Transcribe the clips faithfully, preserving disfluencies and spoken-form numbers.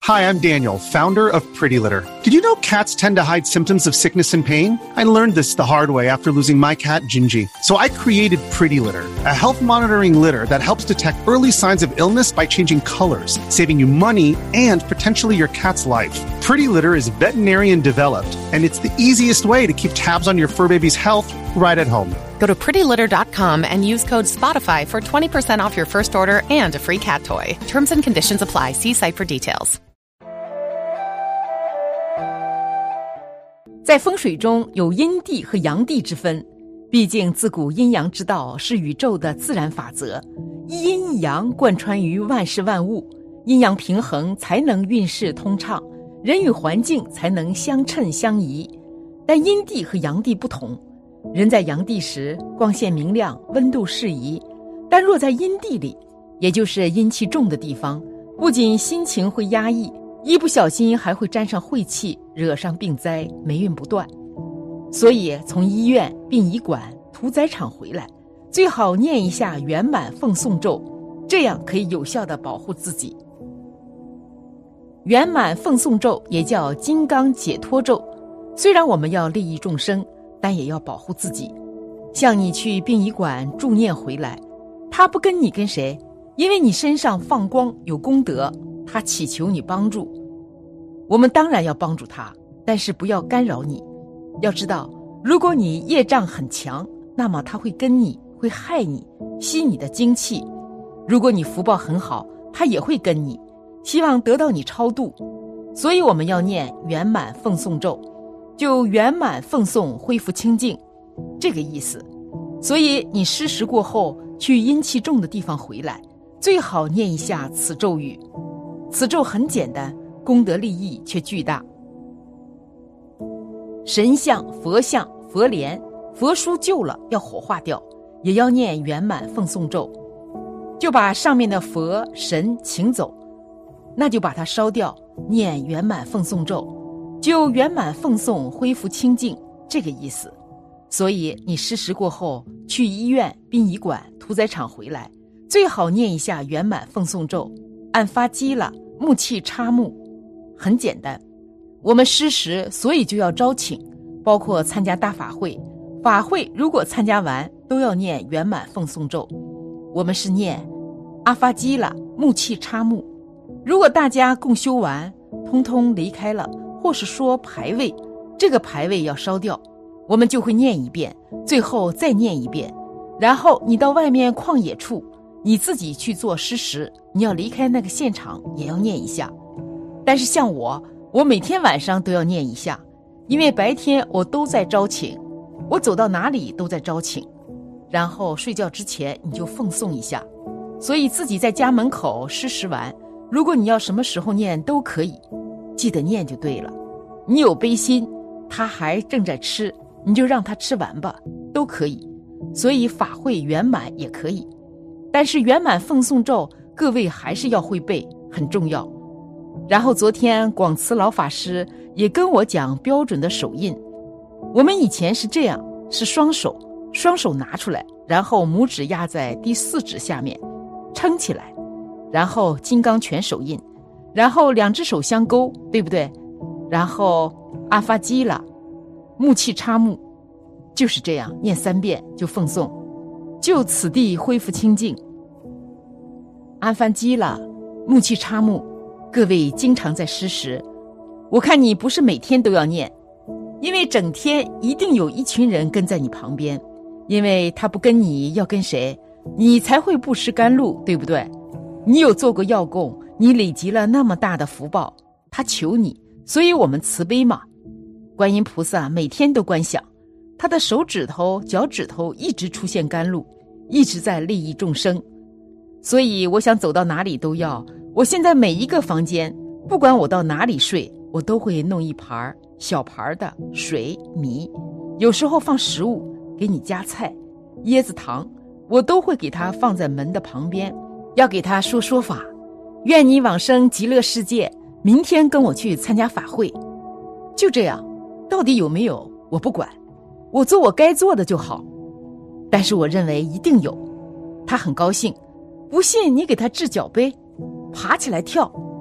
Hi, I'm Daniel, founder of Pretty Litter. Did you know cats tend to hide symptoms of sickness and pain? I learned this the hard way after losing my cat, Gingy. So I created Pretty Litter, a health monitoring litter that helps detect early signs of illness by changing colors, saving you money and potentially your cat's life. Pretty Litter is veterinarian developed, and it's the easiest way to keep tabs on your fur baby's health right at home. Go to pretty litter dot com and use code SPOTIFY for twenty percent off your first order and a free cat toy. Terms and conditions apply. See site for details. 在风水中有阴地和阳地之分，毕竟自古阴阳之道是宇宙的自然法则，一阴一阳贯穿于万事万物，阴阳平衡才能运势通畅，人与环境才能相称相宜。但阴地和阳地不同，人在阳地时光线明亮，温度适宜，但若在阴地里，也就是阴气重的地方，不仅心情会压抑，一不小心还会沾上晦气，惹上病灾，霉运不断。所以从医院、殡仪馆、屠宰场回来，最好念一下圆满奉送咒，这样可以有效地保护自己。圆满奉送咒也叫金刚解脱咒，虽然我们要利益众生，但也要保护自己。像你去殡仪馆助念回来，他不跟你跟谁？因为你身上放光有功德，他祈求你帮助。我们当然要帮助他，但是不要干扰你。要知道，如果你业障很强，那么他会跟你，会害你，吸你的精气。如果你福报很好，他也会跟你，希望得到你超度。所以我们要念圆满奉送咒，就圆满奉送恢复清净，这个意思。所以你施食过后去阴气重的地方回来，最好念一下此咒语。此咒很简单，功德利益却巨大。神像、佛像、佛莲、佛书旧了要火化掉，也要念圆满奉送咒。就把上面的佛神请走，那就把它烧掉，念圆满奉送咒，就圆满奉送恢复清净，这个意思。所以你施食过后去医院、殡仪馆、屠宰场回来，最好念一下圆满奉送咒，按发机了，木器插木，很简单。我们施食，所以就要招请，包括参加大法会，法会如果参加完都要念圆满奉送咒。我们是念阿发基了，木器插木。如果大家共修完通通离开了，或是说牌位，这个牌位要烧掉，我们就会念一遍，最后再念一遍。然后你到外面旷野处，你自己去做施食，你要离开那个现场也要念一下。但是像我我每天晚上都要念一下，因为白天我都在招请，我走到哪里都在招请，然后睡觉之前你就奉送一下。所以自己在家门口施食完，如果你要什么时候念都可以，记得念就对了。你有悲心，他还正在吃，你就让他吃完吧，都可以。所以法会圆满也可以，但是圆满奉送咒各位还是要会背，很重要。然后昨天广慈老法师也跟我讲标准的手印，我们以前是这样，是双手双手拿出来，然后拇指压在第四指下面撑起来，然后金刚拳手印，然后两只手相勾，对不对？然后阿发基了，木器插木，就是这样念三遍就奉送，就此地恢复清净。阿发基了，木器插木，各位经常在施食，我看你不是每天都要念，因为整天一定有一群人跟在你旁边，因为他不跟你要跟谁，你才会不食甘露，对不对？你有做过药供，你累积了那么大的福报，他求你，所以我们慈悲嘛。观音菩萨每天都观想，他的手指头、脚趾头一直出现甘露，一直在利益众生。所以我想走到哪里都要，我现在每一个房间，不管我到哪里睡，我都会弄一盘小盘的水米，有时候放食物，给你加菜椰子糖，我都会给他放在门的旁边，要给他说说法，愿你往生极乐世界，明天跟我去参加法会。就这样，到底有没有我不管，我做我该做的就好。但是我认为一定有，他很高兴，不信你给他掷脚杯，爬起来跳，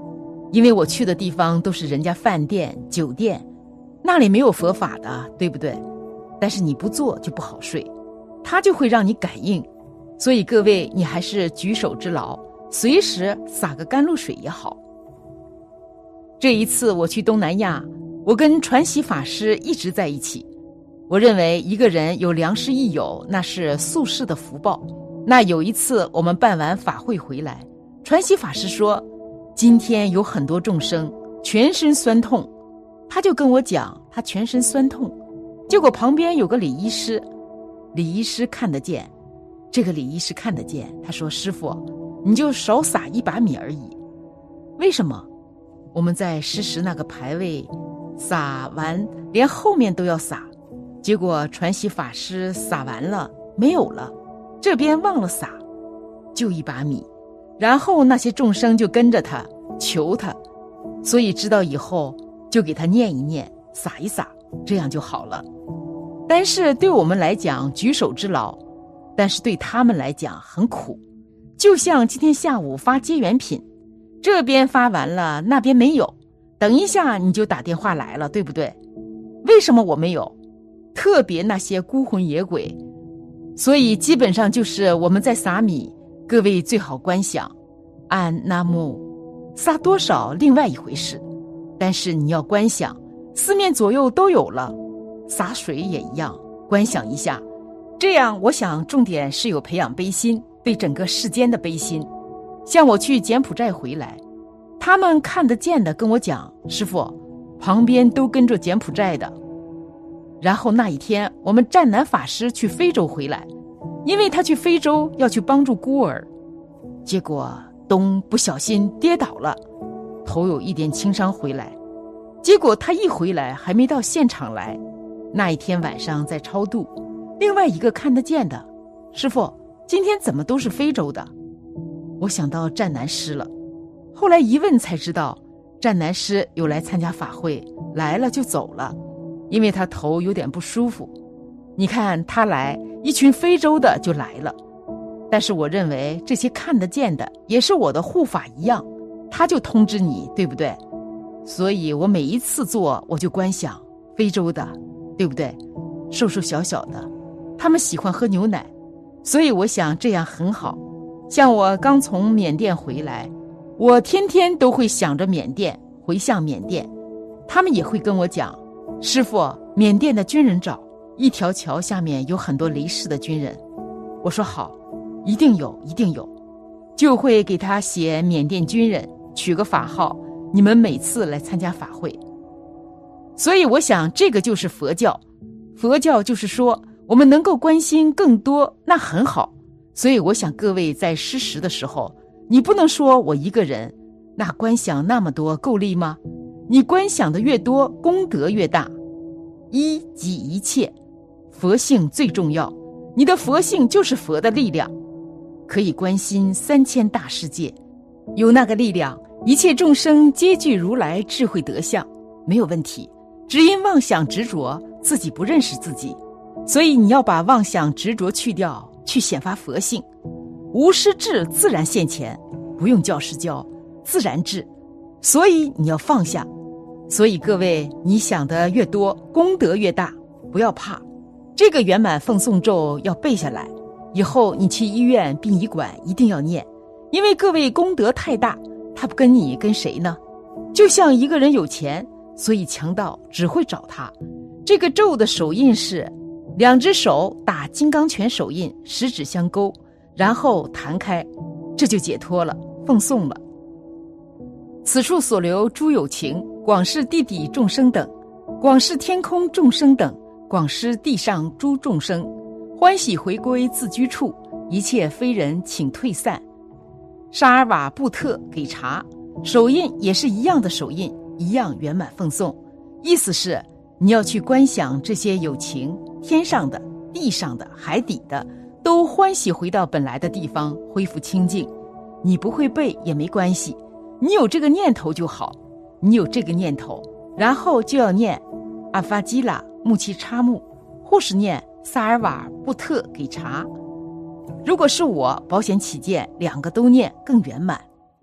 因为我去的地方都是人家饭店、酒店，那里没有佛法的，对不对？但是你不做就不好睡，它就会让你感应。所以各位，你还是举手之劳，随时洒个甘露水也好。这一次我去东南亚，我跟传习法师一直在一起。我认为一个人有良师益友，那是宿世的福报。那有一次我们办完法会回来，传习法师说今天有很多众生全身酸痛，他就跟我讲他全身酸痛。结果旁边有个李医师，李医师看得见，这个李医师看得见，他说师父，你就少撒一把米而已。为什么？我们在施食那个牌位撒完，连后面都要撒，结果传习法师撒完了没有了，这边忘了撒，就一把米，然后那些众生就跟着他求他，所以知道以后就给他念一念，撒一撒，这样就好了。但是对我们来讲举手之劳，但是对他们来讲很苦。就像今天下午发结缘品，这边发完了，那边没有，等一下你就打电话来了，对不对？为什么我没有？特别那些孤魂野鬼。所以基本上就是我们在撒米，各位最好观想按南无，撒多少另外一回事，但是你要观想四面左右都有了。洒水也一样，观想一下，这样我想重点是有培养悲心，对整个世间的悲心。像我去柬埔寨回来，他们看得见的跟我讲，师父旁边都跟着柬埔寨的。然后那一天我们湛南法师去非洲回来，因为他去非洲要去帮助孤儿，结果东不小心跌倒了，头有一点轻伤回来。结果他一回来还没到现场来，那一天晚上在超度，另外一个看得见的，师父今天怎么都是非洲的？我想到湛南师了，后来一问才知道湛南师有来参加法会，来了就走了，因为他头有点不舒服。你看他来，一群非洲的就来了。但是我认为这些看得见的也是我的护法一样，他就通知你，对不对？所以我每一次做我就观想非洲的，对不对？瘦瘦小小的，他们喜欢喝牛奶，所以我想这样很好。像我刚从缅甸回来，我天天都会想着缅甸，回向缅甸。他们也会跟我讲，师父，缅甸的军人找，一条桥下面有很多离世的军人。我说好，一定有一定有，就会给他写缅甸军人，取个法号，你们每次来参加法会。所以我想这个就是佛教，佛教就是说我们能够关心更多，那很好。所以我想各位在施食的时候，你不能说我一个人，那观想那么多够力吗？你观想的越多，功德越大。一即一切，佛性最重要，你的佛性就是佛的力量，可以关心三千大世界，有那个力量，一切众生皆具如来智慧德相，没有问题。只因妄想执着，自己不认识自己，所以你要把妄想执着去掉，去显发佛性。无师智自然现前，不用教师教，自然智。所以你要放下。所以各位，你想的越多，功德越大，不要怕。这个圆满奉诵咒要背下来，以后你去医院殡仪馆一定要念，因为各位功德太大，他不跟你跟谁呢？就像一个人有钱，所以强盗只会找他。这个咒的手印是两只手打金刚拳手印，十指相勾，然后弹开，这就解脱了，奉送了。此处所留诸有情，广施地底众生等，广施天空众生等，广施地上诸众生，欢喜回归自居处，一切非人请退散。沙尔瓦布特给茶，手印也是一样的手印，一样圆满奉送。意思是你要去观想这些有情，天上的、地上的、海底的，都欢喜回到本来的地方，恢复清净。你不会背也没关系，你有这个念头就好，你有这个念头，然后就要念阿发基拉木七叉木，或是念萨尔瓦布特给茶。如果是我，保险起见，两个都念更圆满。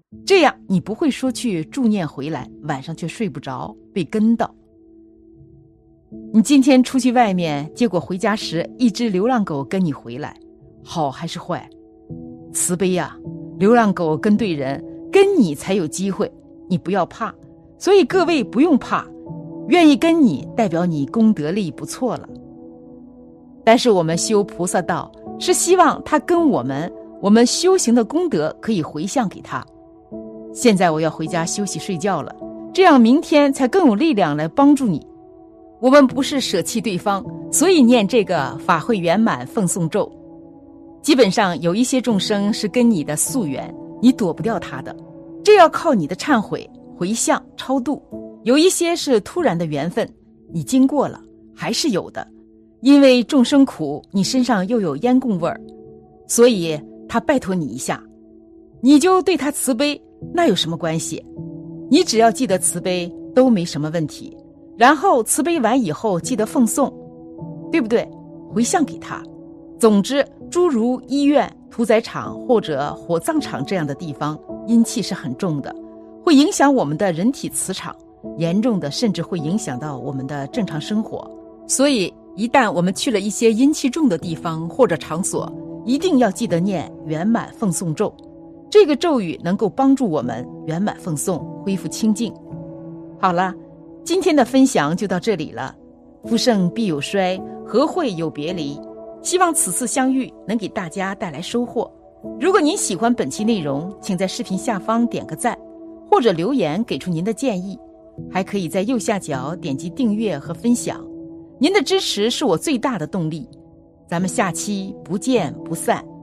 这样你不会说去助念回来，晚上却睡不着，被跟到。你今天出去外面，结果回家时一只流浪狗跟你回来，好还是坏？慈悲呀，流浪狗跟对人，跟你才有机会，你不要怕。所以各位不用怕，愿意跟你代表你功德力不错了。但是我们修菩萨道，是希望他跟我们，我们修行的功德可以回向给他。现在我要回家休息睡觉了，这样明天才更有力量来帮助你。我们不是舍弃对方，所以念这个法会圆满奉诵咒。基本上有一些众生是跟你的宿缘，你躲不掉他的，这要靠你的忏悔、回向、超度。有一些是突然的缘分，你经过了还是有的，因为众生苦，你身上又有烟供味儿，所以他拜托你一下，你就对他慈悲，那有什么关系？你只要记得慈悲都没什么问题，然后慈悲完以后记得奉送，对不对？回向给他。总之，诸如医院、屠宰场或者火葬场这样的地方，阴气是很重的，会影响我们的人体磁场，严重的甚至会影响到我们的正常生活。所以一旦我们去了一些阴气重的地方或者场所，一定要记得念圆满奉诵咒，这个咒语能够帮助我们圆满奉诵，恢复清净。好了，今天的分享就到这里了。福盛必有衰，和会有别离。希望此次相遇能给大家带来收获。如果您喜欢本期内容，请在视频下方点个赞，或者留言给出您的建议，还可以在右下角点击订阅和分享。您的支持是我最大的动力。咱们下期不见不散。